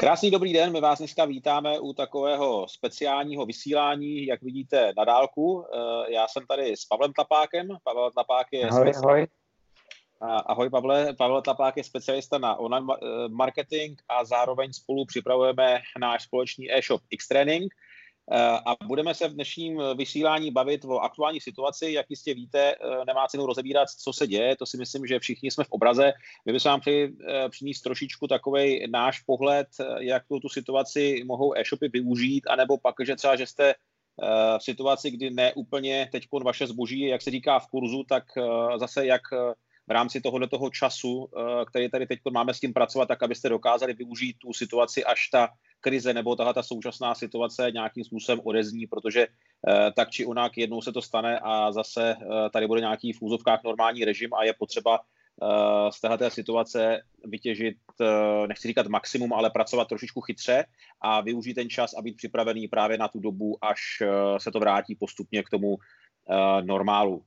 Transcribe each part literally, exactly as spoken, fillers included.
Krásný dobrý den, my vás dneska vítáme u takového speciálního vysílání, jak vidíte na dálku. Já jsem tady s Pavlem Tlapákem. Pavel Tlapák je ahoj, specialista. ahoj. Ahoj Pavle, Pavel Tlapák je specialista na online marketing a zároveň spolu připravujeme náš společný e-shop X-Training. A budeme se v dnešním vysílání bavit o aktuální situaci. Jak jistě víte, nemá cenu rozebírat, co se děje, to si myslím, že všichni jsme v obraze. My bychom vám chtěli přinést trošičku takovej náš pohled, jak tu, tu situaci mohou e-shopy využít, anebo pak, že třeba, že jste v situaci, kdy ne úplně teď vaše zboží, jak se říká v kurzu, tak zase jak v rámci tohoto času, který tady teď máme s tím pracovat, tak abyste dokázali využít tu situaci, až ta krize nebo tahle ta současná situace nějakým způsobem odezní, protože tak či onak jednou se to stane a zase tady bude nějaký v úzovkách normální režim a je potřeba z téhleté situace vytěžit, nechci říkat maximum, ale pracovat trošičku chytře a využít ten čas a být připravený právě na tu dobu, až se to vrátí postupně k tomu normálu.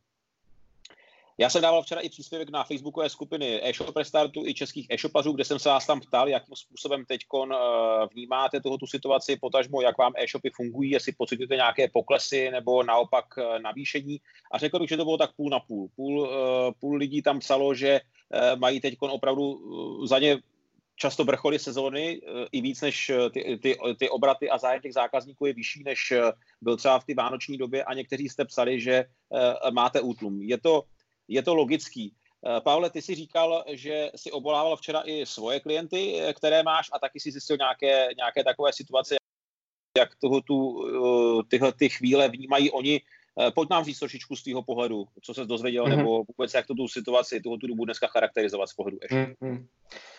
Já jsem dával včera i příspěvek na facebookové skupiny e-shop restartu i českých e-shopařů, kde jsem se vás tam ptal, jakým způsobem teďkon vnímáte tuhletu situaci, potažmo, jak vám e-shopy fungují, jestli pocitujete nějaké poklesy nebo naopak navýšení. A řekl bych, že to bylo tak půl na půl. Půl, půl lidí tam psalo, že mají teďkon opravdu za ně často vrcholy sezóny, i víc než ty, ty, ty obraty a zájem těch zákazníků je vyšší, než byl třeba v té vánoční době a někteří jste psali, že máte útlum. Je to Je to logický. Pavle, ty si říkal, že si obvolával včera i svoje klienty, které máš, a taky si zjistil nějaké, nějaké takové situace, jak toho, tu, tyhle ty chvíle vnímají oni. Pojď nám říct trošičku z tvýho pohledu, co ses dozvěděl, mm-hmm. nebo vůbec jak to tu situaci, tuhle tu dobu dneska charakterizovat z pohledu e-shopu. Mm-hmm.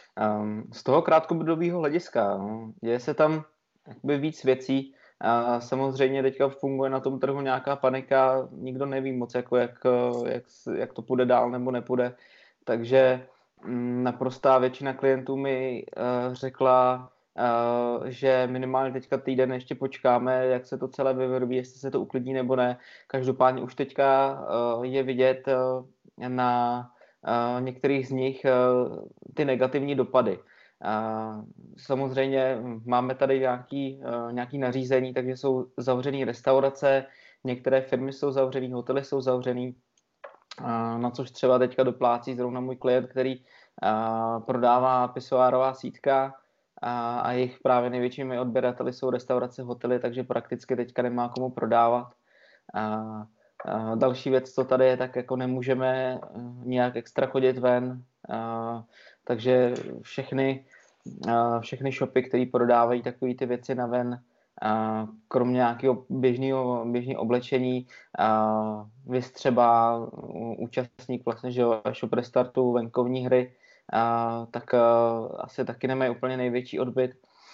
Um, z toho krátkodobého hlediska, no, děje se tam jakoby víc věcí. A samozřejmě teďka funguje na tom trhu nějaká panika, nikdo neví moc, jako jak, jak, jak to půjde dál nebo nepůjde. Takže m, naprostá většina klientů mi uh, řekla, uh, že minimálně teďka týden ještě počkáme, jak se to celé vyvrbí, jestli se to uklidní nebo ne. Každopádně už teďka uh, je vidět uh, na uh, některých z nich uh, ty negativní dopady. Uh, samozřejmě máme tady nějaký, uh, nějaký nařízení, takže jsou zavřené restaurace, některé firmy jsou zavřené, hotely jsou zavřený, uh, na což třeba teďka doplácí zrovna můj klient, který uh, prodává pisoárová sítka a, a jejich právě největšími odběrateli jsou restaurace, hotely, takže prakticky teďka nemá komu prodávat. Uh, uh, další věc, co tady je, tak jako nemůžeme uh, nějak extra chodit ven, uh, takže všechny, uh, všechny shopy, které prodávají takové ty věci na ven, uh, kromě nějakého běžného, běžného oblečení, uh, vys třeba účastník vlastně, že jo, shop restartu, venkovní hry, uh, tak uh, asi taky nemají úplně největší odbyt.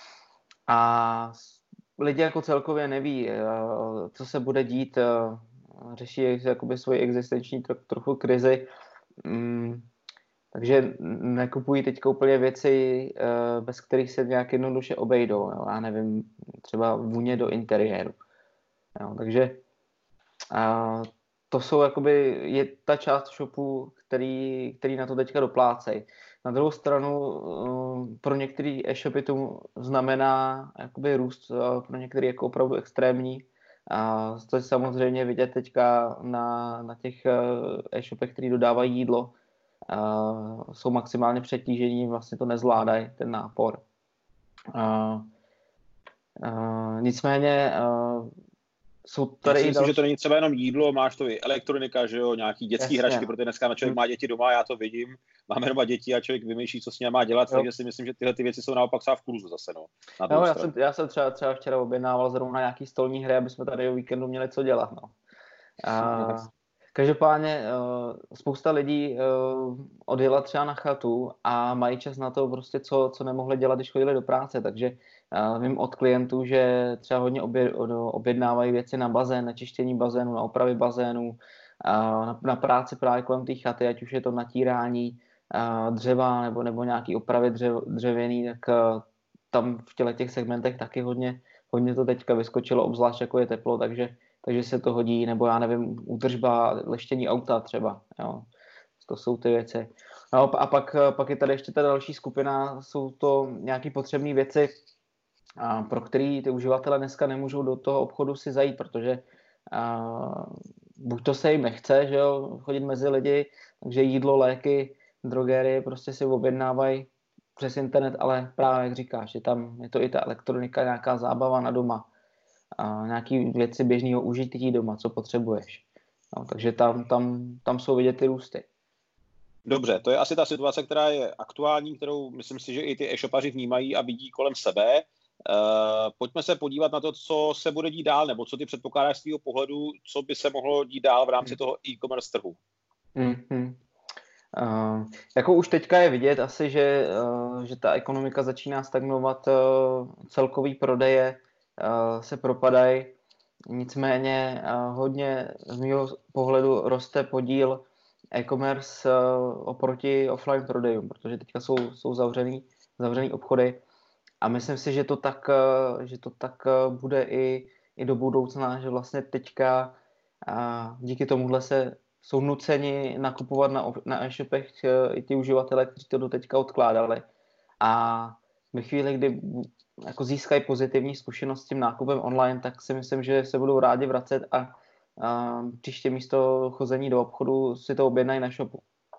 A lidi jako celkově neví, uh, co se bude dít, uh, řeší jakoby svoji existenční tro, trochu krizi, um, takže nekupují teď úplně věci, uh, bez kterých se nějak jednoduše obejdou. Jo? Já nevím, třeba vůně do interiéru. Jo? Takže uh, to jsou jakoby, je ta část shopů, který, který na to teďka doplácejí. Na druhou stranu uh, pro některé e-shopy to znamená jakoby růst, uh, pro některé jako opravdu extrémní. A to je samozřejmě vidět teďka na, na těch uh, e-shopech, který dodávají jídlo. Uh, jsou maximálně přetížení, vlastně to nezvládají, ten nápor. Uh, uh, nicméně uh, jsou tady já si myslím, další... že to není třeba jenom jídlo, máš to i elektronika, že jo, nějaký dětský Jasně. hračky, protože dneska člověk má děti doma, já to vidím, máme doma děti a člověk vymýšlí, co s ním má dělat, jo. Takže si myslím, že tyhle ty věci jsou naopak třeba v kurzu zase, no. no já, jsem, já jsem třeba, třeba včera objednával zrovna nějaký stolní hry, aby jsme tady o víkendu měli co dělat, no. A... Každopádně spousta lidí odjela třeba na chatu a mají čas na to prostě, co, co nemohli dělat, když chodili do práce, takže vím od klientů, že třeba hodně objednávají věci na bazén, na čištění bazénu, na opravy bazénů, na, na práci právě kolem té chaty, ať už je to natírání dřeva nebo, nebo nějaký opravy dřev, dřevěný, tak tam v těle těch segmentech taky hodně, hodně to teďka vyskočilo, obzvlášť jako je teplo, takže takže se to hodí, nebo já nevím, údržba, leštění auta třeba, jo. To jsou ty věci. No, a pak, pak je tady ještě ta další skupina, jsou to nějaké potřebné věci, a pro který ty uživatelé dneska nemůžou do toho obchodu si zajít, protože a, buď to se jim nechce, že jo, chodit mezi lidi, takže jídlo, léky, drogerie prostě si objednávají přes internet, ale právě jak říkáš, je tam je to i ta elektronika, nějaká zábava na doma, a nějaký věci běžného užití doma, co potřebuješ. No, takže tam, tam, tam jsou vidět ty růsty. Dobře, to je asi ta situace, která je aktuální, kterou myslím si, že i ty e-shopaři vnímají a vidí kolem sebe. Uh, pojďme se podívat na to, co se bude dít dál, nebo co ty předpokládáš z tvého pohledu, co by se mohlo dít dál v rámci toho e-commerce trhu. Mm-hmm. Uh, jako už teďka je vidět asi, že, uh, že ta ekonomika začíná stagnovat, uh, celkový prodeje uh, se propadají, nicméně uh, hodně z mého pohledu roste podíl e-commerce uh, oproti offline prodejům, protože teďka jsou, jsou zavřený, zavřený obchody a myslím si, že to tak, uh, že to tak uh, bude i, i do budoucna, že vlastně teďka uh, díky tomuhle se jsou nuceni nakupovat na, na e-shopech i ty uživatelé, kteří to doteďka odkládali. A ve chvíli, kdy jako získají pozitivní zkušenost s tím nákupem online, tak si myslím, že se budou rádi vracet a, a příště místo chození do obchodu si to objednají na shopu.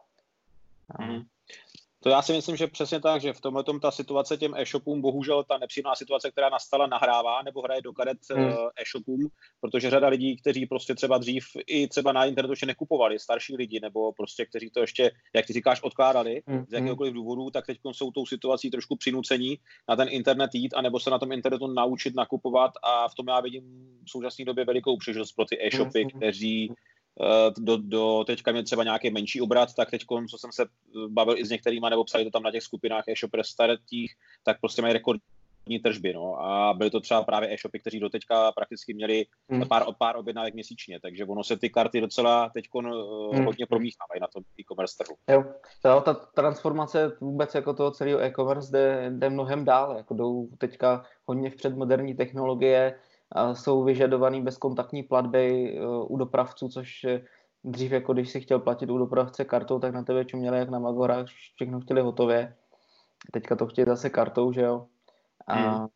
Mm. To já si myslím, že přesně tak, že v tomhletom ta situace těm e-shopům, bohužel ta nepříjemná situace, která nastala, nahrává nebo hraje do karet hmm. e-shopům, protože řada lidí, kteří prostě třeba dřív i třeba na internetu ještě nekupovali, starší lidi, nebo prostě kteří to ještě, jak ty říkáš, odkládali hmm. z jakéhokoliv důvodu, tak teď jsou tou situací trošku přinucení na ten internet jít, anebo se na tom internetu naučit nakupovat a v tom já vidím v současné době velikou příležitost pro ty e-shopy, hmm. kteří Do, do teďka měl třeba nějaký menší obrat, tak teď, co jsem se bavil i s některýma, nebo psali to tam na těch skupinách e-shopers starých, tak prostě mají rekordní tržby, no. A byly to třeba právě e-shopy, kteří do teďka prakticky měli hmm. pár, pár objednávek měsíčně, takže ono se ty karty docela teď hmm. hodně promíchávají na tom e-commerce trhu. Jo, jo, ta transformace vůbec jako toho celého e-commerce jde, jde mnohem dál, jako jdou teďka hodně vpřed moderní technologie, jsou vyžadované bezkontaktní platby u dopravců, což dřív, jako když si chtěl platit u dopravce kartou, tak na tebe čuměli jak na Magorách, všechno chtěli hotově. Teďka to chtějí zase kartou, že jo. A hmm.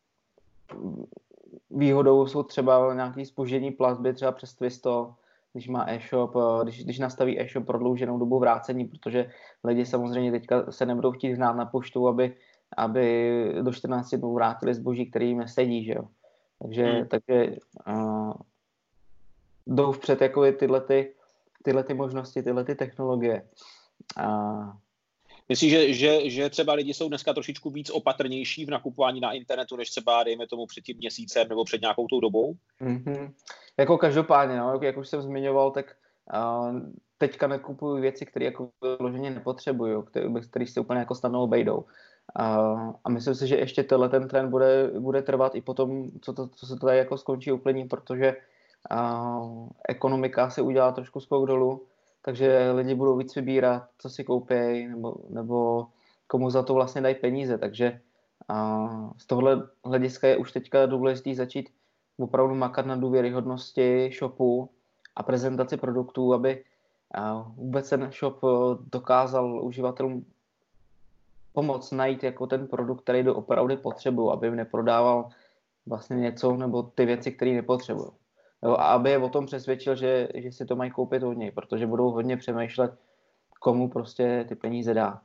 výhodou jsou třeba nějaké zpoždění platby, třeba přes Twisto, když má e-shop, když, když nastaví e-shop prodlouženou dobu vrácení, protože lidi samozřejmě teďka se nebudou chtít hnát na poštu, aby, aby do čtrnácti dnů vrátili zboží, který jim nesedí, že jo. Takže, hmm. takže uh, jdou vpřed jako tyhle, ty, tyhle ty možnosti, tyhle ty technologie. Uh, Myslím, že, že, že třeba lidi jsou dneska trošičku víc opatrnější v nakupování na internetu, než třeba, dejme tomu, před tím měsícem nebo před nějakou tou dobou? Mm-hmm. Jako každopádně, no, jak už jsem zmiňoval, tak uh, teďka nekupuju věci, které jako vyloženě nepotřebuju, které, které si úplně jako snadno obejdou. Uh, a myslím si, že ještě tenhle ten trend bude, bude trvat i potom, co, to, co se to tady jako skončí úplně, protože uh, ekonomika se udělá trošku skok dolů, takže lidi budou víc vybírat, co si koupí, nebo, nebo komu za to vlastně dají peníze. Takže uh, z tohohle hlediska je už teďka důležité začít opravdu makat na důvěryhodnosti shopu a prezentaci produktů, aby uh, vůbec ten shop dokázal uživatelům pomoct najít jako ten produkt, který do opravdu potřebují, aby jim neprodával vlastně něco nebo ty věci, které nepotřebují. Jo, a aby je o tom přesvědčil, že, že si to mají koupit od něj, protože budou hodně přemýšlet, komu prostě ty peníze dát.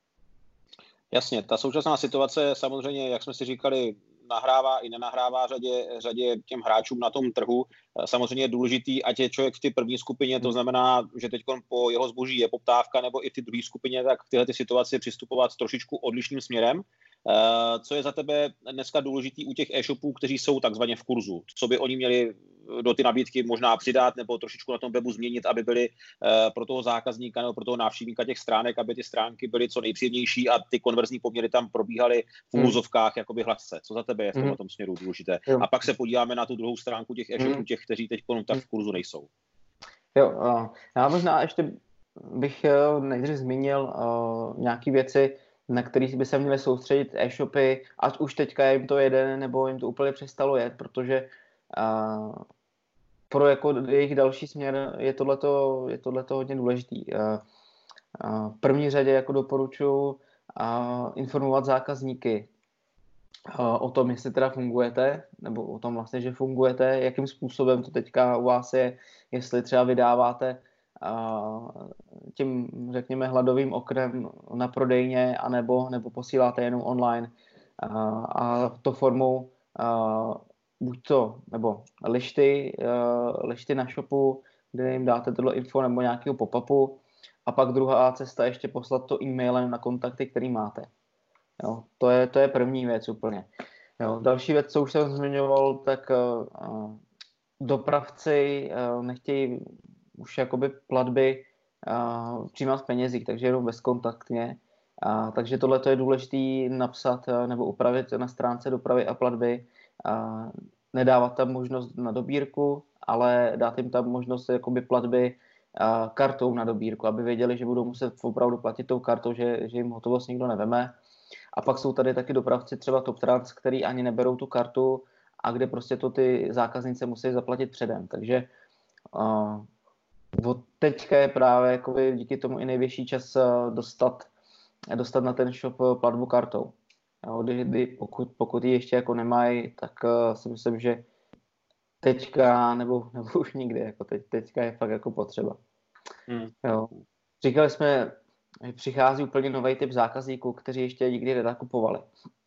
Jasně, ta současná situace samozřejmě, jak jsme si říkali, nahrává i nenahrává řadě, řadě těm hráčům na tom trhu. Samozřejmě je důležitý, ať je člověk v té první skupině, to znamená, že teď po jeho zboží je poptávka, nebo i v té druhé skupině, tak v této situaci přistupovat trošičku odlišným směrem. Co je za tebe dneska důležitý u těch e-shopů, kteří jsou takzvaně v kurzu? Co by oni měli do ty nabídky možná přidat nebo trošičku na tom webu změnit, aby byly pro toho zákazníka nebo pro toho návštěvníka těch stránek, aby ty stránky byly co nejpříjemnější a ty konverzní poměry tam probíhaly v úvozovkách jakoby hladce. Co za tebe je v tomhle tom směru důležité? Jo. A pak se podíváme na tu druhou stránku těch e-shopů, těch, kteří teď tak v kurzu nejsou. Jo, já možná ještě bych nejdřív zmínil uh, nějaké věci, na kterých by se měly soustředit e-shopy, ať už teďka jim to jede, nebo jim to úplně přestalo jet, protože uh, pro jako jejich další směr je tohleto, je tohleto hodně důležitý. Uh, v první řadě jako doporučuji informovat zákazníky o tom, jestli teda fungujete, nebo o tom vlastně, že fungujete, jakým způsobem to teďka u vás je, jestli třeba vydáváte tím, řekněme, hladovým oknem na prodejně, anebo, nebo posíláte jenom online a to formou buď to, nebo lišty, lišty na shopu, kde jim dáte tohle info nebo nějakého pop-upu a pak druhá cesta ještě poslat to e-mailem na kontakty, který máte. Jo, to je, to je první věc úplně. Jo, další věc, co už jsem zmiňoval, tak uh, dopravci uh, nechtějí už jakoby platby uh, přijímat v penězích, takže jenom bezkontaktně. Uh, takže tohle je důležité napsat uh, nebo upravit na stránce dopravy a platby. Uh, nedávat tam možnost na dobírku, ale dát jim tam možnost jakoby platby uh, kartou na dobírku, aby věděli, že budou muset opravdu platit tou kartou, že, že jim hotovost nikdo neveme. A pak jsou tady taky dopravci třeba Top Trans, který ani neberou tu kartu a kde prostě to ty zákaznice musí zaplatit předem. Takže uh, od teďka je právě jakoby díky tomu i největší čas uh, dostat, dostat na ten shop uh, platbu kartou. Jo, kdy, kdy pokud, pokud ji ještě jako nemají, tak uh, si myslím, že teďka nebo, nebo už nikdy, jako teď, teďka je fakt jako potřeba. Hmm. Jo. Říkali jsme, přichází úplně nový typ zákazníků, kteří ještě nikdy nenakupovali.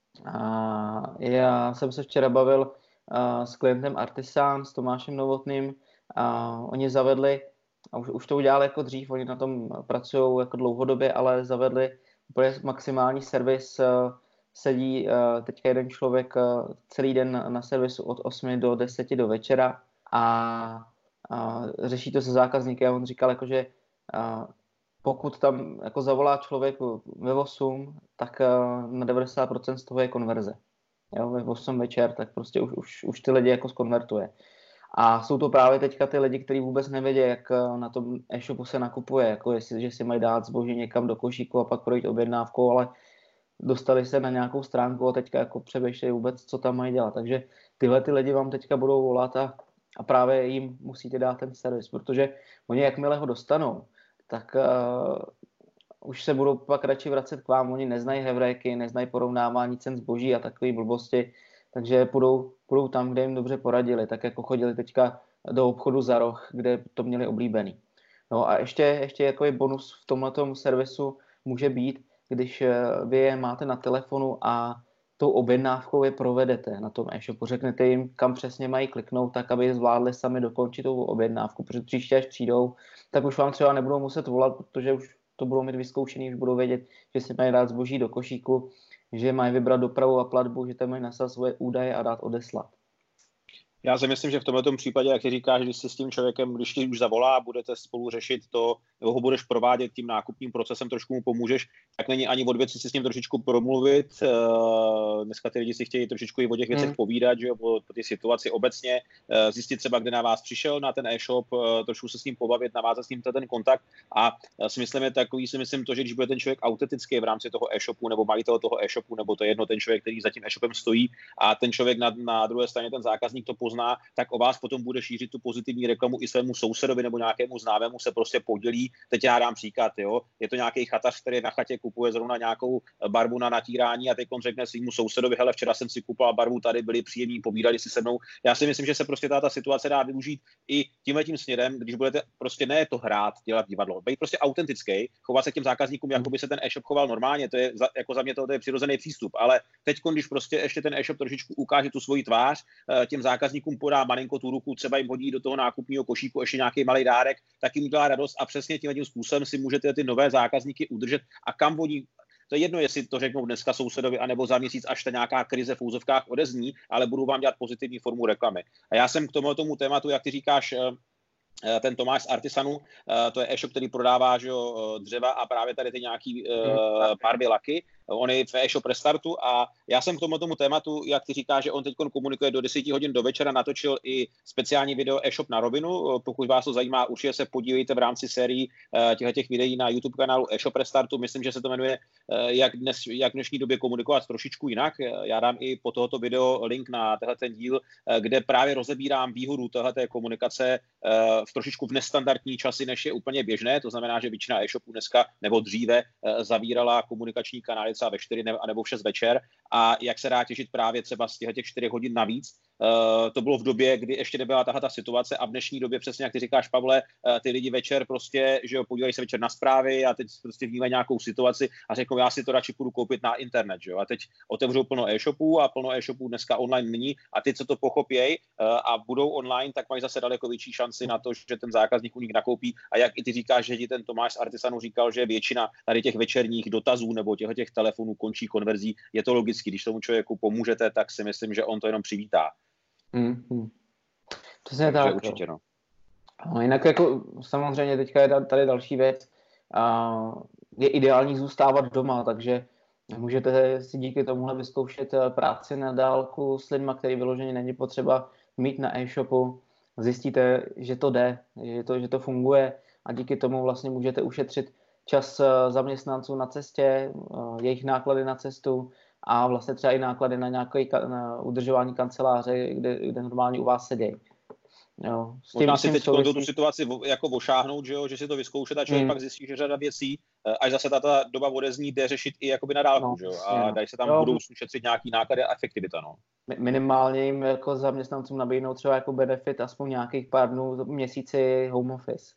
A já jsem se včera bavil a, s klientem Artisan, s Tomášem Novotným. A oni zavedli, a už, už to udělali jako dřív, oni na tom pracují jako dlouhodobě, ale zavedli úplně maximální servis. Sedí teďka jeden člověk celý den na servisu od osmi do deseti do večera a, a řeší to se zákazníky. A on říkal, jako, že a, pokud tam jako zavolá člověk ve osm, tak na devadesát procent z toho je konverze. Jo, ve osm večer, tak prostě už, už, už ty lidi jako zkonvertuje. A jsou to právě teďka ty lidi, kteří vůbec nevědí, jak na tom e-shopu se nakupuje, jako jestli, že si mají dát zboží někam do košíku a pak projít objednávkou, ale dostali se na nějakou stránku a teďka jako přemýšlejí vůbec, co tam mají dělat. Takže tyhle ty lidi vám teďka budou volat a, a právě jim musíte dát ten servis, protože oni jakmile ho dostanou, tak uh, už se budou pak radši vracet k vám. Oni neznají hevréky, neznají porovnávání cen zboží a takové blbosti, takže půjdou, půjdou tam, kde jim dobře poradili, tak jako chodili teďka do obchodu za roh, kde to měli oblíbený. No a ještě, ještě jako je bonus v tomhletom servisu může být, když vy je máte na telefonu a tou objednávkou je provedete na tom e-shopu. Řeknete jim, kam přesně mají kliknout, tak aby zvládli sami dokončit tu objednávku, protože příště, až přijdou, tak už vám třeba nebudou muset volat, protože už to budou mít vyzkoušený, už budou vědět, že si mají dát zboží do košíku, že mají vybrat dopravu a platbu, že tam mají nasát svoje údaje a dát odeslat. Já si myslím, že v tomto případě, jak ty říkáš, když si s tím člověkem, když ti už zavolá, budete spolu řešit to, nebo ho budeš provádět tím nákupním procesem, trošku mu pomůžeš, tak není ani od věci si s ním trošičku promluvit. Uh, dneska ty lidi si chtějí trošičku i o těch věcech hmm. povídat, že jo, o, o té situaci obecně, uh, zjistit třeba, kde na vás přišel, na ten e-shop, uh, trošku se s ním pobavit, navázat s ním ten kontakt a uh, si myslím, je takový, si myslím to, že když bude ten člověk autentický v rámci toho e-shopu nebo majitel toho e-shopu, nebo to je jedno, ten člověk, který za tím e-shopem stojí a ten člověk na, na druhé straně, ten zákazník to pozná, tak o vás potom bude šířit tu pozitivní reklamu i svému sousedovi nebo nějakému známému, se prostě podělí. Teď já dám příklad, jo. Je to nějaký chatař, který na chatě kupuje zrovna nějakou barvu na natírání a teď on řekne svýmu sousedovi, hele, včera jsem si kupoval barvu, tady byli příjemní, povídali si se mnou. Já si myslím, že se prostě ta situace dá využít i tímhletím směrem, když budete prostě ne to hrát, dělat divadlo, být prostě autentický, chovat se k těm zákazníkům, jako by se ten e-shop choval normálně, to je za, jako za mě to, to je přirozený přístup, ale teď, když prostě ještě ten e-shop trošičku ukáže tu svoji tvář, těm zákazníkům podá malinko tu ruku, třeba jim hodí do toho nákupního košíku ještě nějaký malý dárek, tak jim udělá radost a přesně tím způsobem si můžete ty nové zákazníky udržet a kam vodí. To je jedno, jestli to řeknou dneska sousedovi, anebo za měsíc, až ta nějaká krize v úzovkách odezní, ale budou vám dělat pozitivní formu reklamy. A já jsem k tomu, tomu tématu, jak ty říkáš, ten Tomáš z Artisanu, to je e-shop, který prodává, že jo, dřeva a právě tady ty nějaký uh, barvy, laky, on je v e-shop restartu a já jsem k tomu tomu tématu, jak ty říkáš, že on teď komunikuje do deseti hodin do večera, natočil i speciální video e-shop na rovinu. Pokud vás to zajímá, určitě se podívejte v rámci sérii těchto těch videí na YouTube kanálu e-shop restartu. Myslím, že se to jmenuje jak, dnes, jak v dnešní době komunikovat trošičku jinak. Já dám i po tohoto video link na tenhle ten díl, kde právě rozebírám výhodu téhleté komunikace v trošičku v nestandardní časy, než je úplně běžné. To znamená, že většina e-shopů dneska nebo dříve zavírala komunikační kanály třeba ve čtyři nebo v šest večer a jak se dá těžit právě třeba z těch čtyř hodin navíc. Uh, to bylo v době, kdy ještě nebyla tahle ta situace a v dnešní době přesně, jak ty říkáš, Pavle, uh, ty lidi večer prostě, že jo, podívají se večer na zprávy a teď prostě vnímají nějakou situaci a řeknou, já si to radši půjdu koupit na internet, že jo, a teď otevřou plno e-shopů a plno e-shopů dneska online není a ty, co to pochopějí uh, a budou online, tak mají zase daleko větší šanci na to, že ten zákazník u nich nakoupí a jak i ty říkáš, že ti ten Tomáš z Artisanu říkal, že většina tady těch večerních dotazů nebo těch, těch telefonů končí konverzí, je to logicky, když tomu člověku pomůžete, tak si myslím, že on to jenom přivítá. Hmm, hmm. Přesně tak. Určitě, no. No, jinak jako samozřejmě teďka je tady další věc. A je ideální zůstávat doma, takže můžete si díky tomuhle vyzkoušet práci na dálku s lidma, který vyloženě není potřeba mít na e-shopu. Zjistíte, že to jde, že to, že to funguje a díky tomu vlastně můžete ušetřit čas zaměstnanců na cestě, jejich náklady na cestu a vlastně třeba i náklady na nějaké na udržování kanceláře, kde, kde normálně u vás sedějí. Jo, s tím, Možná si teď souvisí... tu situaci jako ošáhnout, že, jo, že si to vyzkoušet a člověk mm. pak zjistí, že řada věcí, až zase ta doba odezní, jde řešit i jakoby na dálku, no, že jo, a dají se tam v budoucnu šetřit nějaký náklady a efektivita, no. Minimálně jim jako zaměstnancům nabídnout třeba jako benefit aspoň nějakých pár dnů měsíci home office.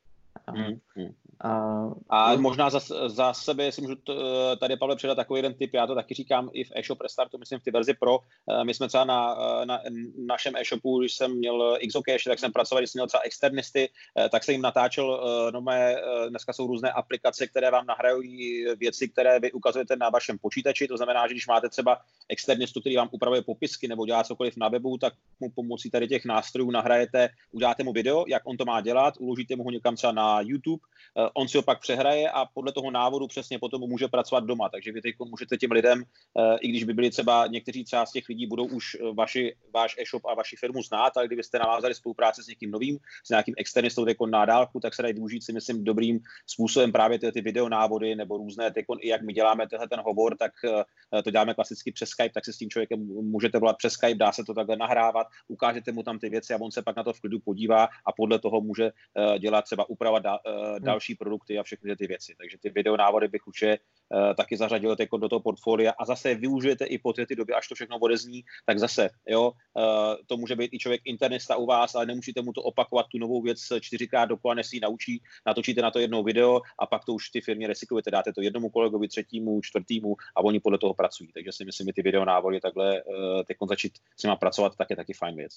Hmm, hmm. Uh, a možná za, za sebe, jestli můžu t, tady, Pavle, předat takový jeden tip, já to taky říkám i v e-shop restartu, myslím v té verzi Pro. My jsme třeba na, na našem e-shopu, když jsem měl Exocache, tak jsem pracoval, když jsem měl třeba externisty, tak jsem jim natáčel, no mé, dneska jsou různé aplikace, které vám nahrají věci, které vy ukazujete na vašem počítači, to znamená, že když máte třeba externistu, který vám upravuje popisky nebo dělá cokoliv na webu, tak mu pomocí tady těch nástrojů nahrajete, uděláte mu video, jak on to má dělat, uložíte mu ho někam třeba na YouTube, on si ho pak přehraje a podle toho návodu přesně potom může pracovat doma. Takže vy teď můžete těm lidem, i když by byli třeba někteří třeba z těch lidí budou už vaši, váš e-shop a vaši firmu znát, ale kdybyste navázali spolupráci s někým novým, s nějakým externistou teď na dálku, tak se dají využít si myslím dobrým způsobem právě ty, ty videonávody nebo různé, teď i jak my děláme tenhle ten hovor, tak to děláme klasicky přes Skype, tak se s tím člověkem můžete volat přes Skype, dá se to takhle nahrávat, ukážete mu tam ty věci a on se pak na to v klidu podívá a podle toho může dělat třeba upravovat další produkty a všechny ty věci. Takže ty videonávody bych určitě uh, taky zařadil jako do toho portfolia a zase využijete i po ty doby, až to všechno odezní, tak zase, jo, uh, to může být i člověk internista u vás, ale nemusíte mu to opakovat, tu novou věc čtyřikrát dokola, než si ji naučí, natočíte na to jednou video a pak to už ty firmě recyklujete, dáte to jednomu kolegovi, třetímu, čtvrtýmu a oni podle toho pracují. Takže si myslím, že ty videonávody takhle uh, teď začít s nima pracovat, tak je taky fajn věc.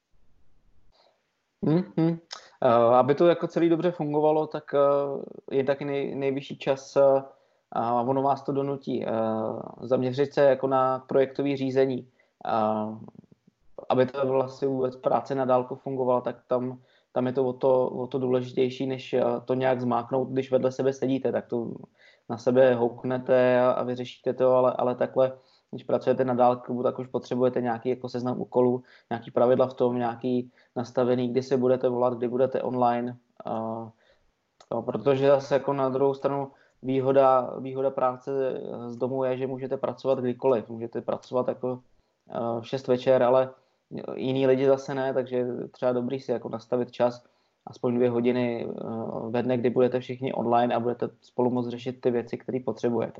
Mm-hmm. Uh, aby to jako celý dobře fungovalo, tak uh, je taky nej, nejvyšší čas uh, a ono vás to donutí uh, zaměřit se jako na projektové řízení. Uh, aby to vlastně vůbec práce na dálku fungovala, tak tam, tam je to o, to o to důležitější, než uh, to nějak zmáknout, když vedle sebe sedíte, tak to na sebe houknete a, a vyřešíte to, ale, ale takhle když pracujete na dálku, tak už potřebujete nějaký jako seznam úkolů, nějaký pravidla v tom, nějaký nastavený, kdy se budete volat, kdy budete online. Uh, no, protože zase jako na druhou stranu výhoda, výhoda práce z domu je, že můžete pracovat kdykoliv. Můžete pracovat jako uh, v šest večer, ale jiní lidi zase ne, takže třeba dobrý si jako nastavit čas, aspoň dvě hodiny uh, ve dne, kdy budete všichni online a budete spolu moct řešit ty věci, které potřebujete.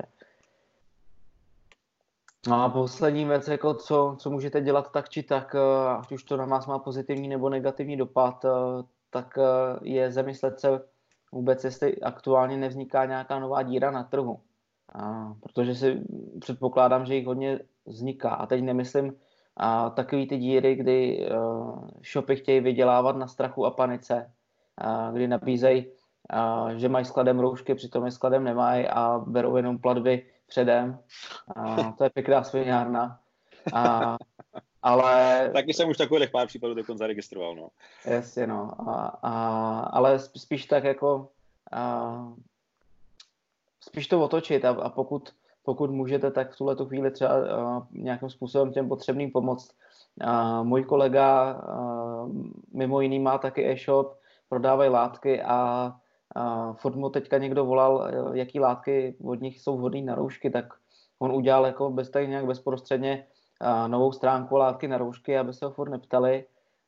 No a poslední věc, jako co, co můžete dělat tak či tak, ať už to na vás má pozitivní nebo negativní dopad, tak je zamyslet se vůbec, jestli aktuálně nevzniká nějaká nová díra na trhu. A protože si předpokládám, že jich hodně vzniká. A teď nemyslím a takový ty díry, kdy uh, shopy chtějí vydělávat na strachu a panice, a kdy nabízejí, a, že mají skladem roušky, přitom je skladem nemají a berou jenom platby předem. A to je pěkná sviňárna. A, ale... Taky jsem už takových pár případů dokonce zaregistroval, no. Jasně, no. A, a, ale spíš tak jako... A, spíš to otočit a, a pokud pokud můžete, tak v tuhle chvíli třeba uh, nějakým způsobem těm potřebným pomoct. Uh, můj kolega uh, mimo jiný má taky e-shop, prodávají látky a uh, furt mu teďka někdo volal, jaký látky od nich jsou vhodné na roušky, tak on udělal jako bez, tak nějak bezprostředně uh, novou stránku látky na roušky, aby se ho furt neptali.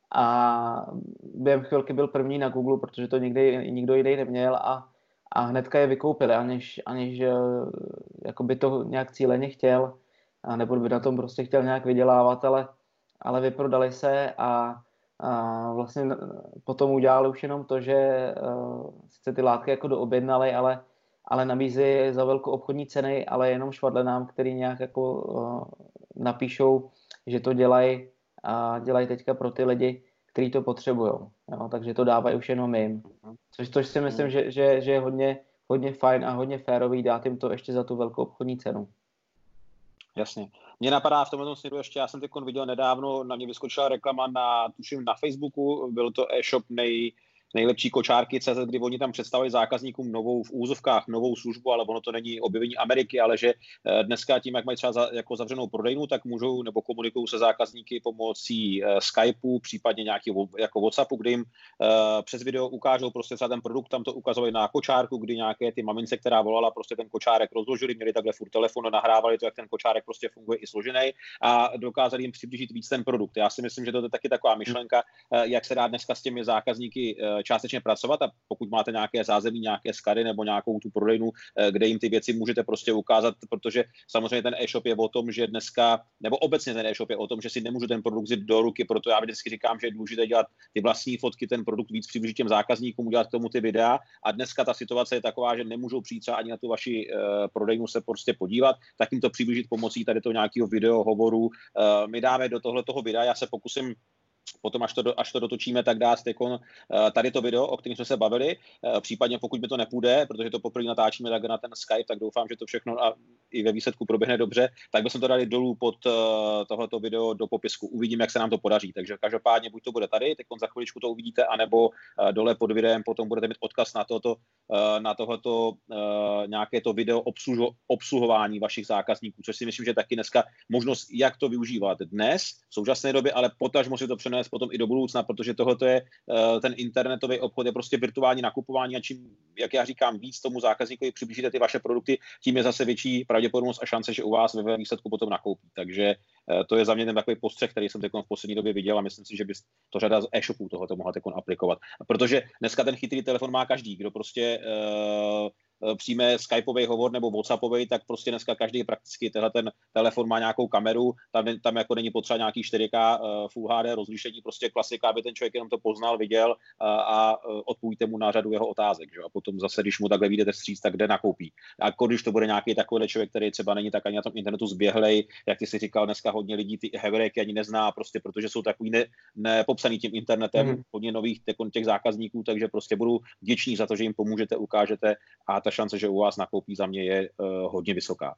A během chvilky byl první na Google, protože to nikdy nikdo jiný neměl a, a hnedka je vykoupili, aniž, aniž jako by to nějak cíleně chtěl, a nebo by na tom prostě chtěl nějak vydělávat, ale, ale vyprodali se a, a vlastně potom udělali už jenom to, že uh, sice ty látky jako doobjednali, ale, ale nabízí za velkou obchodní ceny, ale jenom švadlenám, který nějak jako uh, napíšou, že to dělají a dělají teďka pro ty lidi, kteří to potřebují. Takže to dávají už jenom jim. Což, což si myslím, že, že, že je hodně, hodně fajn a hodně férový dát jim to ještě za tu velkou obchodní cenu. Jasně. Mně napadá v tomhle směru ještě, já jsem teď viděl nedávno, na mě vyskočila reklama na, tuším, na Facebooku, byl to e-shop nej, nejlepší kočárky tečka cé zet, kdy oni tam představili zákazníkům novou v úzovkách, novou službu, ale ono to není objevení Ameriky, ale že dneska tím, jak mají třeba za, jako zavřenou prodejnu, tak můžou nebo komunikují se zákazníky pomocí uh, Skypeu, případně nějakého jako WhatsAppu, kdy jim uh, přes video ukážou prostě třeba ten produkt, tam to ukazovali na kočárku, kdy nějaké ty mamince, která volala, prostě ten kočárek rozložili, měli takhle furt telefon, nahrávali to, jak ten kočárek prostě funguje i složený a dokázali jim přiblížit víc ten produkt. Já si myslím, že to je taky taková myšlenka, uh, jak se dá dneska s těmi zákazníky uh, částečně pracovat a pokud máte nějaké zázemí, nějaké sklady nebo nějakou tu prodejnu, kde jim ty věci můžete prostě ukázat, protože samozřejmě ten e-shop je o tom, že dneska, nebo obecně ten e-shop je o tom, že si nemůžu ten produkt vzít do ruky, proto já vždycky říkám, že je důležité dělat ty vlastní fotky, ten produkt víc přiblížit těm zákazníkům, udělat k tomu ty videa a dneska ta situace je taková, že nemůžou přijít třeba ani na tu vaši uh, prodejnu se prostě podívat, tak jim to přiblížit pomocí tady toho nějakého video hovoru. Uh, my dáme do tohle toho videa, já se pokusím potom, až to, až to dotočíme, tak dát tekon, tady to video, o kterém jsme se bavili, případně pokud mi to nepůjde, protože to poprvé natáčíme tak na ten Skype, tak doufám, že to všechno a i ve výsledku proběhne dobře, tak bychom to dali dolů pod tohleto video do popisku. Uvidím, jak se nám to podaří. Takže každopádně buď to bude tady, tekon za chviličku to uvidíte, anebo dole pod videem potom budete mít odkaz na tohoto, na tohleto nějaké to video obslužo, obsluhování vašich zákazníků, což si myslím, že taky dneska možnost, jak to využívat dnes, v současné době, ale potažmo si to přenést potom i do budoucna, protože tohle je ten internetový obchod, je prostě virtuální nakupování a čím, jak já říkám, víc tomu zákazníkovi přiblížíte ty vaše produkty, tím je zase větší pravděpodobnost a šance, že u vás ve výsledku potom nakoupí. Takže to je za mě ten takový postřeh, který jsem v poslední době viděl a myslím si, že by to řada z e-shopů tohoto mohla aplikovat. Protože dneska ten chytrý telefon má každý, kdo prostě uh, přijme skypový hovor nebo whatsappový, tak prostě dneska každý prakticky tenhle ten telefon má nějakou kameru, tam, tam jako není potřeba nějaký čtyři ká uh, Full há dé rozlišení, prostě klasika, aby ten člověk jenom to poznal, viděl uh, a uh, odpovíte mu na řadu jeho otázek. Že? A potom zase, když mu takhle vyjdete vstříc, tak kde nakoupí. A když to bude nějaký takový člověk, který třeba není tak ani na tom internetu zběhlej, jak ty si říkal, dneska hodně lidí ty hebrejky ani nezná, prostě protože jsou takový ne, nepopsaný tím internetem, mm. hodně nových těch zákazníků, takže prostě budu vděčný za to, že jim pomůžete, ukážete a ta šance, že u vás nakoupí, za mě je uh, hodně vysoká.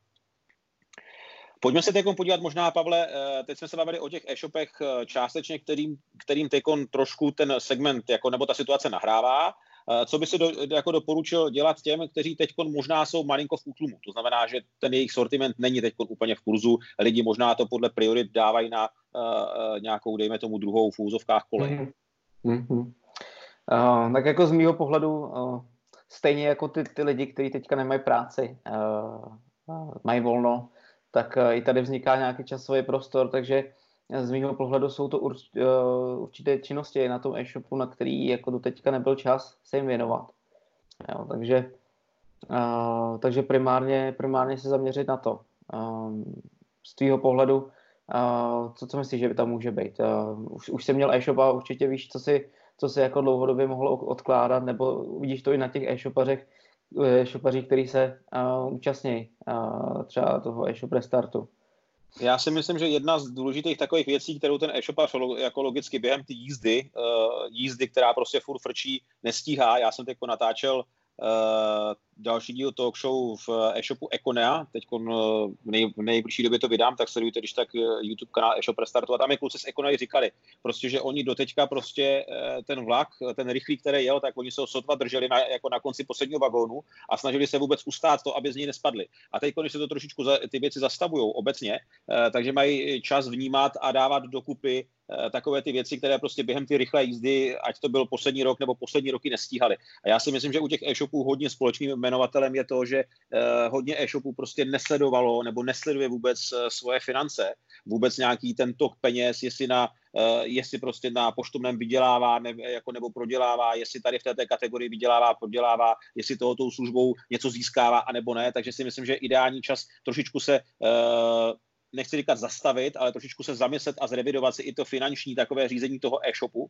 Pojďme se teď podívat možná, Pavle, uh, teď jsme se bavili o těch e-shopech uh, částečně, kterým, kterým teď trošku ten segment jako, nebo ta situace nahrává. Uh, co by si do, jako doporučil dělat těm, kteří teď možná jsou malinko v útlumu? To znamená, že ten jejich sortiment není teď úplně v kurzu. Lidi možná to podle priorit dávají na uh, uh, nějakou, dejme tomu, druhou v úzovkách kolej. Mm-hmm. Uh, tak jako z mýho pohledu uh... stejně jako ty, ty lidi, kteří teďka nemají práci, uh, uh, mají volno, tak uh, i tady vzniká nějaký časový prostor, takže z mého pohledu jsou to urč, uh, určité činnosti na tom e-shopu, na který jako do teďka nebyl čas se jim věnovat. Jo, takže uh, takže primárně, primárně se zaměřit na to. Uh, z tvýho pohledu, uh, co, co myslíš, že by tam může být? Uh, už, už jsi měl e-shop a určitě víš, co si co se jako dlouhodobě mohlo odkládat, nebo vidíš to i na těch e-shopařech, e-shopařích, který se uh, účastní uh, třeba toho e-shop restartu. Já si myslím, že jedna z důležitých takových věcí, kterou ten e-shopař jako logicky během té jízdy, uh, jízdy, která prostě furt frčí, nestíhá. Já jsem teď natáčel uh, další díl talk show v e-shopu Econea. Teď v, nej, v nejbližší době to vydám, tak sledujte, když tak YouTube kanál e-shop Restartu. A tam je kluci z Econea říkali, prostě, že oni doteďka prostě ten vlak, ten rychlý, který jel, tak oni se ho sotva drželi na, jako na konci posledního vagónu a snažili se vůbec ustát to, aby z něj nespadli. A teď, když se to trošičku za, ty věci zastavují obecně, takže mají čas vnímat a dávat dokupy takové ty věci, které prostě během ty rychlé jízdy, ať to byl poslední rok nebo poslední roky, nestíhaly. A já si myslím, že u těch e-shopů hodně společným jmenovatelem je to, že eh, hodně e-shopů prostě nesledovalo nebo nesleduje vůbec eh, svoje finance, vůbec nějaký ten tok peněz, jestli na Uh, jestli prostě na poštovném vydělává ne, jako nebo prodělává, jestli tady v této kategorii vydělává, prodělává, jestli tohoto službou něco získává, anebo ne. Takže si myslím, že ideální čas trošičku se uh, nechci říkat zastavit, ale trošičku se zamyslet a zrevidovat si i to finanční takové řízení toho e-shopu,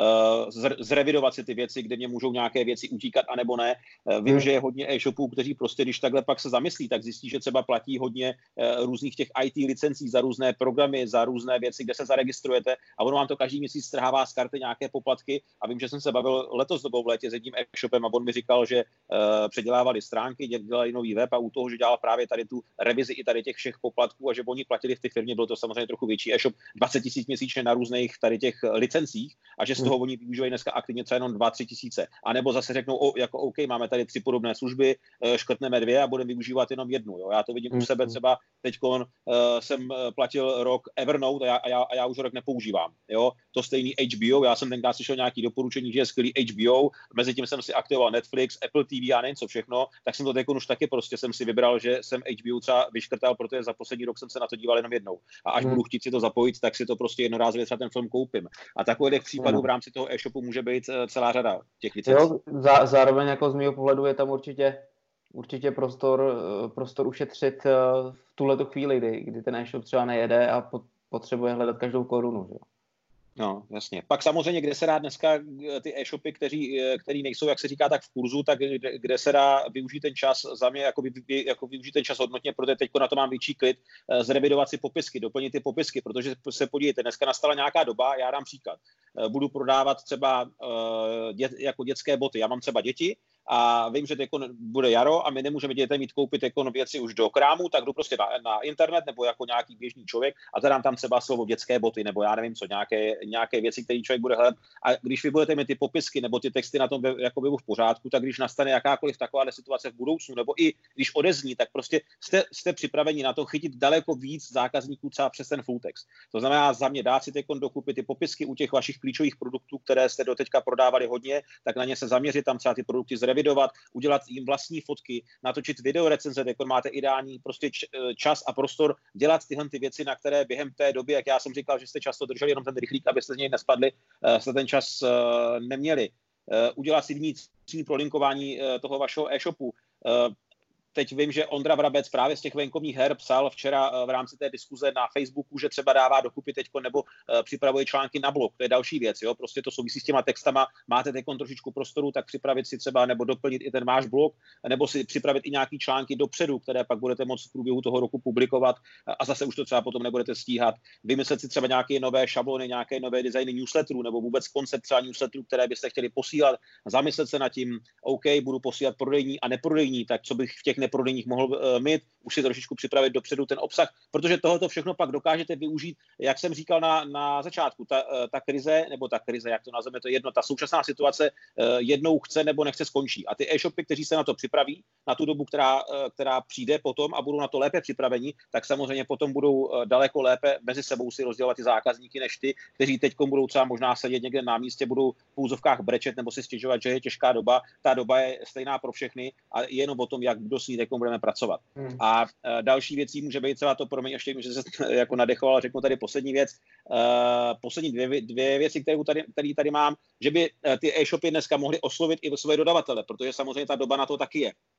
zrevidovat si ty věci, kde mě můžou nějaké věci utíkat, anebo ne. Vím, hmm. že je hodně e-shopů, kteří prostě, když takhle pak se zamyslí, tak zjistí, že třeba platí hodně různých těch í té licencí za různé programy, za různé věci, kde se zaregistrujete a ono vám to každý měsíc strhává z karty nějaké poplatky a vím, že jsem se bavil letos dobou v létě s jedním e-shopem a on mi říkal, že uh, předělávali stránky, dělali nový web a u toho, že dělal právě tady tu revizi i tady těch všech poplatků a že oni platili v té firmě, byl to samozřejmě trochu větší e-shop, dvacet tisíc měsíčně na různých tady těch licencích a že z toho oni využívají dneska aktivně třeba jenom dva tři tisíce. A nebo zase řeknou, o, jako OK, máme tady tři podobné služby, škrtneme dvě a budeme využívat jenom jednu. Jo? Já to vidím u sebe třeba, teďkon uh, jsem platil rok Evernote a já, a já, a já už rok nepoužívám. Jo? To stejný H B O, já jsem tenkrát slyšel nějaký doporučení, že je skvělý H B O, mezi tím jsem si aktivoval Netflix, Apple T V a nevím co všechno, tak jsem to teďkon už taky prostě jsem si vybral, že jsem H B O třeba vyškrtal, protože za poslední rok jsem se na to díval jenom jednou. A až hmm. budu chtít si to zapojit, tak si to prostě jednorázově třeba ten film koupím. A takových případů hmm. v rámci toho e-shopu může být celá řada těch licencí. Jo, zá, zároveň jako z mého pohledu je tam určitě, určitě prostor, prostor ušetřit v tuhleto chvíli, kdy, kdy ten e-shop třeba nejede a potřebuje hledat každou korunu. Že? No, jasně. Pak samozřejmě, kde se dá dneska ty e-shopy, kteří, který nejsou, jak se říká, tak v kurzu, tak kde, kde se dá využít ten čas, za mě jako, vy, jako využít ten čas hodnotně, protože teď na to mám větší klid, zrevidovat si popisky, doplnit ty popisky, protože se podívejte, dneska nastala nějaká doba, já dám příklad. Budu prodávat třeba dě, jako dětské boty. Já mám třeba děti, a vím, že teď bude jaro a my nemůžeme dětem mít koupit jako věci už do krámu, tak jdu prostě na, na internet nebo jako nějaký běžný člověk a zadám tam třeba slovo dětské boty nebo já nevím co, nějaké, nějaké věci, které člověk bude hledat. A když vy budete mít ty popisky nebo ty texty na tom jako by v pořádku, tak když nastane jakákoliv taková situace v budoucnu nebo i když odezní, tak prostě jste, jste připraveni na to chytit daleko víc zákazníků třeba přes ten full text. To znamená za mě dát si teď dokupit ty popisky u těch vašich klíčových produktů, které jste doteďka prodávali hodně, tak na ně se zaměřit, tam třeba ty produkty zrevidovat, udělat jim vlastní fotky, natočit video recenze, jako máte ideální prostě čas a prostor dělat tyhle ty věci, na které během té doby, jak já jsem říkal, že jste často drželi jenom ten rychlík, abyste z něj nespadli, jste ten čas neměli. Udělat si vnitřní prolinkování toho vašeho e-shopu. Teď vím, že Ondra Vrabec právě z těch venkovních her psal včera v rámci té diskuze na Facebooku, že třeba dává dokupy teďko nebo připravuje články na blog. To je další věc, jo. Prostě to souvisí s těma textama. Máte teďko trošičku prostoru, tak připravit si třeba nebo doplnit i ten váš blog, nebo si připravit i nějaký články dopředu, které pak budete moct v průběhu toho roku publikovat a zase už to třeba potom nebudete stíhat. Vymyslet si třeba nějaké nové šablony, nějaké nové designy newsletterů nebo vůbec koncept třeba newsletterů, které byste chtěli posílat. Zamyslet se nad tím, OK, budu posílat prodejní a neprodejní, tak co bych v těch neprodejních mohl uh, mít, už si trošičku připravit dopředu ten obsah, protože tohoto všechno pak dokážete využít, jak jsem říkal na, na začátku, ta, uh, ta krize, nebo ta krize, jak to nazveme, to je jedno, ta současná situace uh, jednou chce nebo nechce skončí. A ty e-shopy, kteří se na to připraví, na tu dobu, která, uh, která přijde potom a budou na to lépe připraveni, tak samozřejmě potom budou uh, daleko lépe mezi sebou si rozdělovat ty zákazníky, než ty, kteří teď budou třeba možná sedět někde na místě, budou v úzovkách brečet nebo si stěžovat, že je těžká doba. Ta doba je stejná pro všechny a je jenom o tom, jak kdo s ní teď budeme pracovat. Hmm. A uh, další věcí může být třeba to pro mě ještě, že se jako nadechoval, řeknu tady poslední věc, uh, poslední dvě, dvě věci, které tady, které tady mám, že by uh, ty e-shopy dneska mohly oslovit i své dodavatele, protože samozřejmě ta doba na to taky je.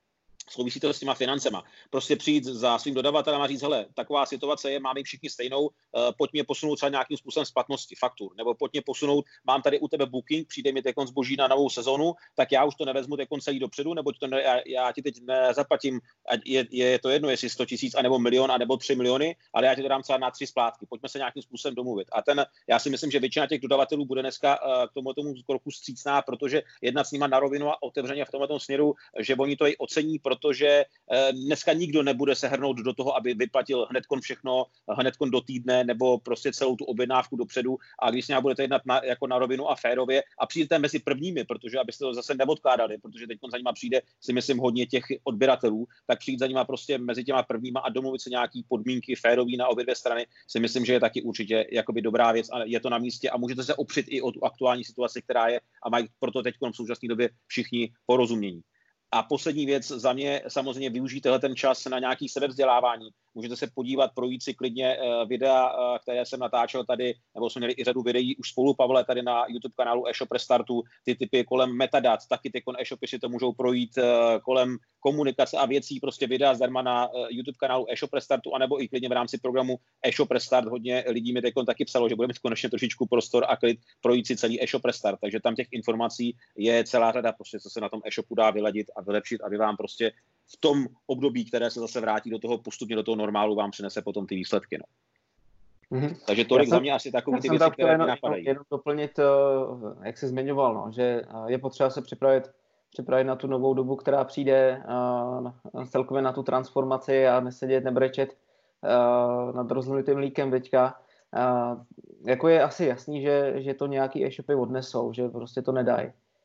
Souvisí to s těma financema. Prostě přijít za svým dodavatelem a říct, hele, taková situace je, máme všichni stejnou, uh, pojď mě posunout třeba nějakým způsobem splatnosti faktur, nebo pojď mě posunout, mám tady u tebe booking, přijde mi tekon zboží na novou sezonu, tak já už to nevezmu tekon celý dopředu, nebo to ne, já, já ti teď nezaplatím, je, je to jedno, jestli sto tisíc, anebo milion, anebo tři miliony, ale já ti to dám třeba na tři splátky. Pojďme se nějakým způsobem domluvit. A ten, já si myslím, že většina těch dodavatelů bude dneska uh, k tomu tomu kroku střícná, protože jednat s nima na rovinu a otevřeně v tomto směru, že oni to i ocení, protože dneska nikdo nebude se hrnout do toho, aby vyplatil hnedkon všechno, hnedkon do týdne, nebo prostě celou tu objednávku dopředu. A když s ním budete jednat na, jako na rovinu a férově a přijdete mezi prvními, protože abyste to zase neodkládali, protože teď za nima přijde, si myslím, hodně těch odběratelů, tak přijít za nima prostě mezi těma prvníma a domluvit se nějaký podmínky férový na obě dvě strany, si myslím, že je taky určitě jakoby dobrá věc a je to na místě a můžete se opřít i o tu aktuální situaci, která je a mají proto teď v současné době všichni porozumění. A poslední věc za mě, samozřejmě využijte ten čas na nějaké sebevzdělávání. Můžete se podívat, projít si klidně videa, které jsem natáčel tady, nebo jsme měli i řadu videí už spolu, Pavle, tady na YouTube kanálu e-shop Restartu, ty typy kolem metadat, taky ty e-shopy si to můžou projít kolem komunikace a věcí, prostě videa zdarma na YouTube kanálu e-shop Restartu, anebo i klidně v rámci programu e-shop Restart. Hodně lidí mi teď taky psalo, že budeme mít konečně trošičku prostor a klid projít si celý e-shop Restart, takže tam těch informací je celá řada, prostě, co se na tom e-shopu dá vyladit a vylepšit, aby vám prostě v tom období, které se zase vrátí do toho postupně do toho normálu, vám přinese potom ty výsledky. No. Mm-hmm. Takže tolik jsem, za mě asi takové ty věci, které mě napadají. Jenom doplnit, jak jsi zmiňoval, no, že je potřeba se připravit, připravit na tu novou dobu, která přijde, celkově na tu transformaci a nesedět, nebrečet nad rozlitým mlíkem teďka. Jako je asi jasný, že, že to nějaký e-shopy odnesou, že prostě to nedají.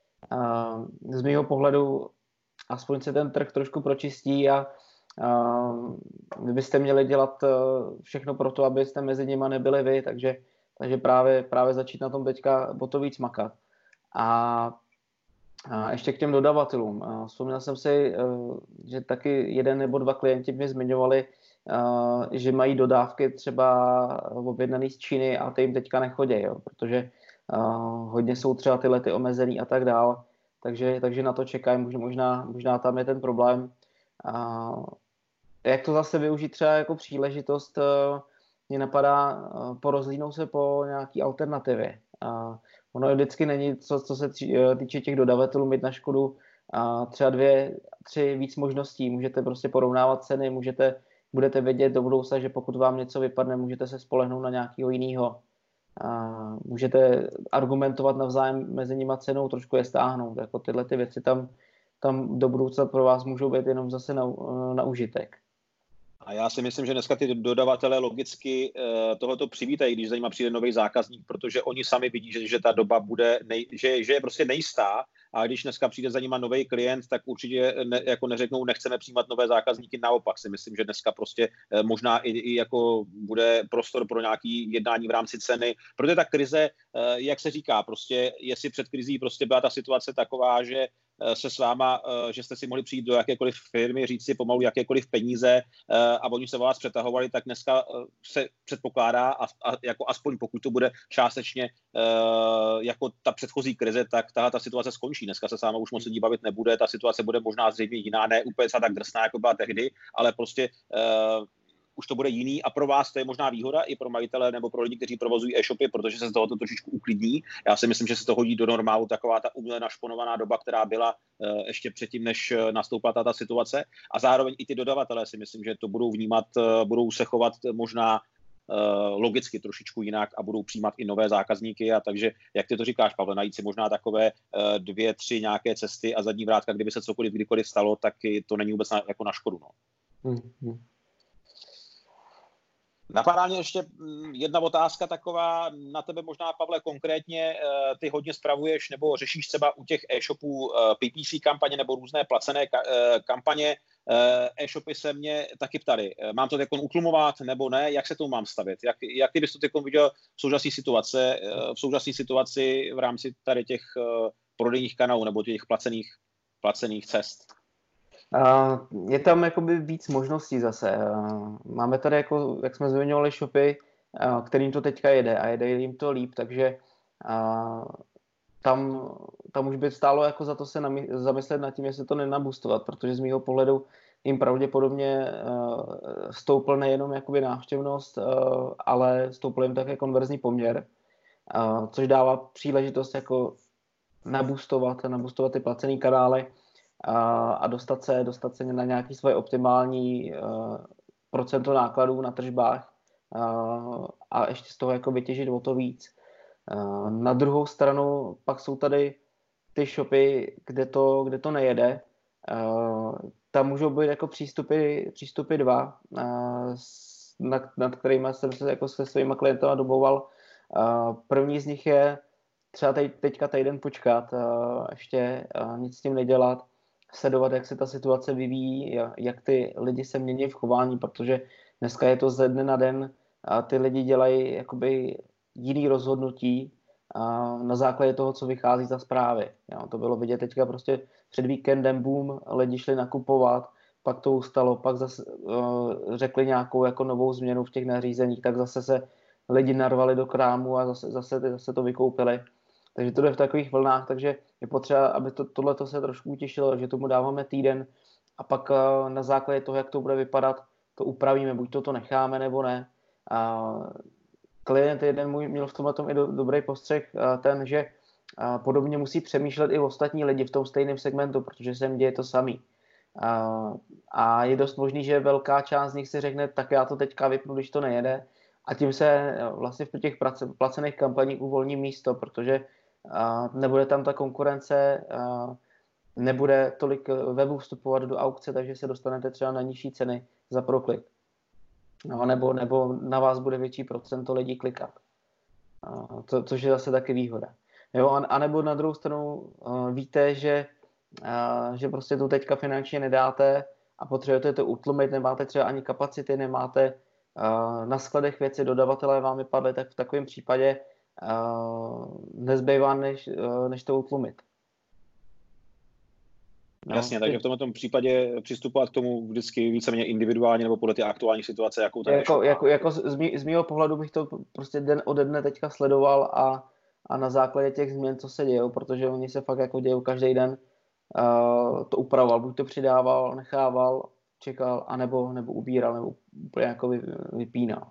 Z mýho pohledu aspoň se ten trh trošku pročistí a uh, vy byste měli dělat uh, všechno pro to, abyste mezi nimi nebyli vy, takže, takže právě, právě začít na tom teďka o to víc makat. A, a ještě k těm dodavatelům. Uh, vzpomněl jsem si, uh, že taky jeden nebo dva klienti mi zmiňovali, uh, že mají dodávky třeba objednaný z Číny a ty jim teďka nechodí, jo, protože uh, hodně jsou třeba ty lety omezený a tak dál. Takže, takže na to čekají, možná, možná tam je ten problém. A jak to zase využít třeba jako příležitost, mě napadá porozlínout se po nějaký alternativě. A ono vždycky není, co, co se týče těch dodavatelů, mít na škodu a třeba dvě, tři víc možností. Můžete prostě porovnávat ceny, můžete, budete vědět do budoucna, že pokud vám něco vypadne, můžete se spolehnout na nějakého jiného. A můžete argumentovat navzájem mezi nimi cenou, trošku je stáhnout. Jako tyhle ty věci tam, tam do budoucna pro vás můžou být jenom zase na, na užitek. A já si myslím, že dneska ty dodavatelé logicky uh, tohoto přivítají, když za nimi přijde nový zákazník, protože oni sami vidí, že, že ta doba bude, nej, že, že je prostě nejistá a když dneska přijde za nima nový klient, tak určitě ne, jako neřeknou, nechceme přijímat nové zákazníky, naopak si myslím, že dneska prostě uh, možná i, i jako bude prostor pro nějaký jednání v rámci ceny, protože ta krize, uh, jak se říká, prostě jestli před krizí prostě byla ta situace taková, že se s váma, že jste si mohli přijít do jakékoliv firmy, říct si pomalu jakékoliv peníze a oni se o vás přetahovali, tak dneska se předpokládá, a, a jako aspoň pokud to bude částečně jako ta předchozí krize, tak tahle ta situace skončí. Dneska se s váma už moc lidí bavit nebude, ta situace bude možná zřejmě jiná, ne úplně tak drsná, jako byla tehdy, ale prostě už to bude jiný a pro vás to je možná výhoda i pro majitele nebo pro lidi, kteří provozují e-shopy, protože se z toho to trošičku uklidní. Já si myslím, že se to hodí do normálu, taková ta uměle našponovaná doba, která byla uh, ještě předtím, než nastoupila ta situace. A zároveň i ty dodavatelé si myslím, že to budou vnímat, uh, budou se chovat možná uh, logicky trošičku jinak a budou přijímat i nové zákazníky. A takže, jak ty to říkáš, Pavle, najít si možná takové uh, dvě, tři nějaké cesty a zadní vrátka, kdyby se cokoliv kdykoliv stalo, tak to není vůbec na, jako na škodu. No. Mm-hmm. Napadá mě ještě jedna otázka taková na tebe možná, Pavle, konkrétně. Ty hodně spravuješ nebo řešíš třeba u těch e-shopů P P C kampaně nebo různé placené kampaně. E-shopy se mě taky ptali. Mám to takon utlumovat nebo ne? Jak se tomu mám stavět? Jak, jak ty bys to takon viděl v současné situaci, v současné situaci v rámci tady těch prodejních kanálů nebo těch placených, placených cest? Uh, je tam jakoby víc možností zase. Uh, máme tady, jako, jak jsme zmiňovali, shopy, uh, kterým to teďka jede a jede jim to líp, takže uh, tam, tam už by stálo jako za to se nami- zamyslet nad tím, jestli to nenabustovat, protože z mýho pohledu jim pravděpodobně uh, stoupl nejenom jakoby návštěvnost, uh, ale stoupl jim také konverzní poměr, uh, což dává příležitost jako nabustovat, nabustovat ty placený kanály a, a dostat se, dostat se na nějaký svoje optimální uh, procento nákladů na tržbách uh, a ještě z toho jako vytěžit o to víc. Uh, na druhou stranu pak jsou tady ty shopy, kde to, kde to nejede. Uh, tam můžou být jako přístupy, přístupy dva, uh, nad, nad kterými jsem se jako se svýma klientama domlouval. Uh, první z nich je třeba teď, teďka týden počkat, uh, ještě uh, nic s tím nedělat, sledovat, jak se ta situace vyvíjí, jak ty lidi se mění v chování, protože dneska je to ze dne na den a ty lidi dělají jakoby jiný rozhodnutí a na základě toho, co vychází za zprávy. Jo, to bylo vidět teďka prostě před víkendem, boom, lidi šli nakupovat, pak to ustalo, pak zase uh, řekli nějakou jako novou změnu v těch nařízeních, tak zase se lidi narvali do krámu a zase, zase, zase to vykoupili. Takže to jde v takových vlnách, takže je potřeba, aby to, tohleto se trošku utěšilo, že tomu dáváme týden a pak uh, na základě toho, jak to bude vypadat, to upravíme, buď to, to necháme, nebo ne. A klient jeden můj měl v tomhle tom i do, dobrý postřeh, uh, ten, že uh, podobně musí přemýšlet i ostatní lidi v tom stejném segmentu, protože se jim děje to samý. Uh, a je dost možný, že velká část z nich si řekne, tak já to teďka vypnu, když to nejede. A tím se vlastně v těch placených kampaních uvolní místo, protože uh, nebude tam ta konkurence, uh, nebude tolik webů vstupovat do aukce, takže se dostanete třeba na nižší ceny za proklik. No, nebo, nebo na vás bude větší procento lidí klikat. Uh, co, což je zase taky výhoda. Jo, a, a nebo na druhou stranu uh, víte, že, uh, že prostě to teďka finančně nedáte a potřebujete to utlumit, nemáte třeba ani kapacity, nemáte uh, na skladech věci, dodavatelé vám vypadly, tak v takovém případě uh, nezbývá, než, uh, než to utlumit. No, jasně, takže v tomto případě přistupovat k tomu vždycky víceméně individuálně nebo podle té aktuální situace, jakou tam jako, jako, jako z, mý, z mýho pohledu bych to prostě den ode dne teďka sledoval a, a na základě těch změn, co se dějou, protože oni se fakt jako dějou každý den, uh, to upravoval, buď to přidával, nechával, čekal, anebo, nebo ubíral, nebo úplně jako vy, vypínal.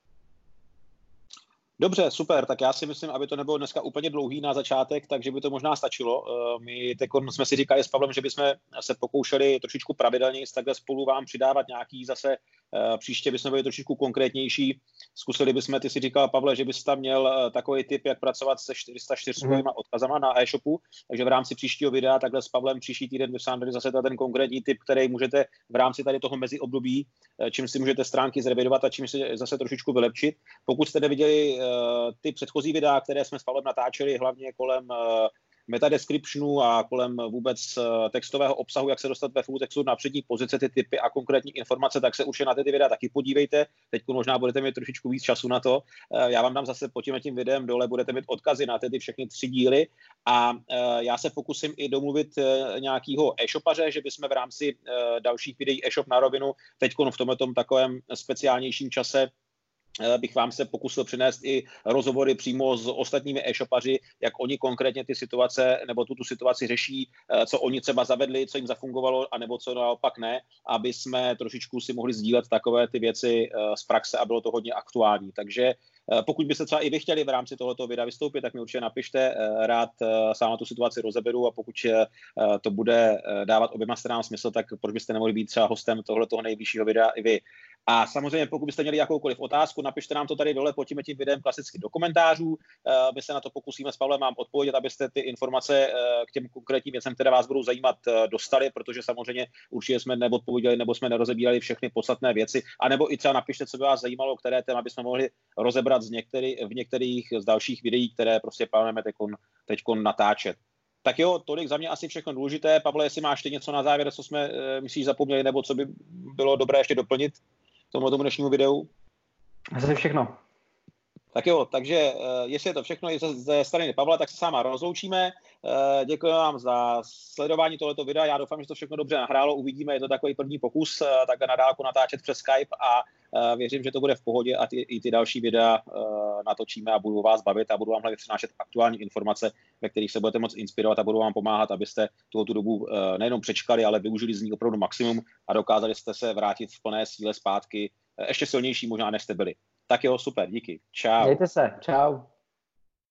Dobře, super, tak já si myslím, aby to nebylo dneska úplně dlouhý na začátek, takže by to možná stačilo. My teď jsme si říkali s Pavlem, že bychom se pokoušeli trošičku pravidelněji takhle spolu vám přidávat nějaký zase, příště bychom byli trošičku konkrétnější. Zkusili bychom, ty si říkal, Pavle, že bys tam měl takový tip, jak pracovat se čtyři sta čtyři mm. odkazama na e-shopu, takže v rámci příštího videa takhle s Pavlem příští týden bychom dali zase ten konkrétní tip, který můžete v rámci tady toho meziobdobí, čím si můžete stránky zrevidovat a čím si zase trošičku vylepšit. Pokud jste neviděli ty předchozí videa, které jsme s Pavlem natáčeli, hlavně kolem metadescriptionu a kolem vůbec textového obsahu, jak se dostat ve fulltextu na přední pozice, ty typy a konkrétní informace, tak se určitě na ty videa taky podívejte. Teď možná budete mít trošičku víc času na to. Já vám dám zase pod tím, tím videem dole, budete mít odkazy na ty všechny tři díly a já se pokusím i domluvit nějakého e-shopaře, že bychom v rámci dalších videí e-shop na rovinu teď v tomto takovém speciálnějším čase bych vám se pokusil přinést i rozhovory přímo s ostatními e-shopaři, jak oni konkrétně ty situace nebo tu, tu situaci řeší, co oni třeba zavedli, co jim zafungovalo, anebo co naopak ne, aby jsme trošičku si mohli sdílet takové ty věci z praxe a bylo to hodně aktuální. Takže pokud byste třeba i vy chtěli v rámci tohoto videa vystoupit, tak mi určitě napište, rád sám na tu situaci rozeberu a pokud to bude dávat oběma stranám smysl, tak proč byste nemohli být třeba hostem tohoto nejbližšího videa i vy. A samozřejmě, pokud byste měli jakoukoliv otázku, napište nám to tady dole pod tím, tím videem klasicky do komentářů. My se na to pokusíme s Pavlem vám odpovědět, abyste ty informace k těm konkrétním věcem, které vás budou zajímat, dostali, protože samozřejmě určitě jsme neodpověděli nebo jsme nerozebírali všechny podstatné věci, anebo i třeba napište, co by vás zajímalo, které téma bychom mohli rozebrat z některý, v některých z dalších videí, které prostě plánujeme teďkon natáčet. Tak jo, tolik za mě asi všechno důležité. Pavle, jestli máš ty něco na závěr, co jsme, myslíš, zapomněli, nebo co by bylo dobré ještě doplnit k tomuto dnešnímu videu? Asi všechno. Tak jo, takže jestli je to všechno ze, ze strany Pavla, tak se s váma rozloučíme. Děkuji vám za sledování tohoto videa. Já doufám, že to všechno dobře nahrálo. Uvidíme, je to takový první pokus takhle na dálku natáčet přes Skype a věřím, že to bude v pohodě a ty, i ty další videa natočíme a budu vás bavit a budu vám hlavně přinášet aktuální informace, ve kterých se budete moc inspirovat a budu vám pomáhat, abyste tuto tu dobu nejenom přečkali, ale využili z ní opravdu maximum a dokázali jste se vrátit v plné síle zpátky ještě silnější možná, než jste byli. Tak jo, super, díky. Čau. Mějte se, čau.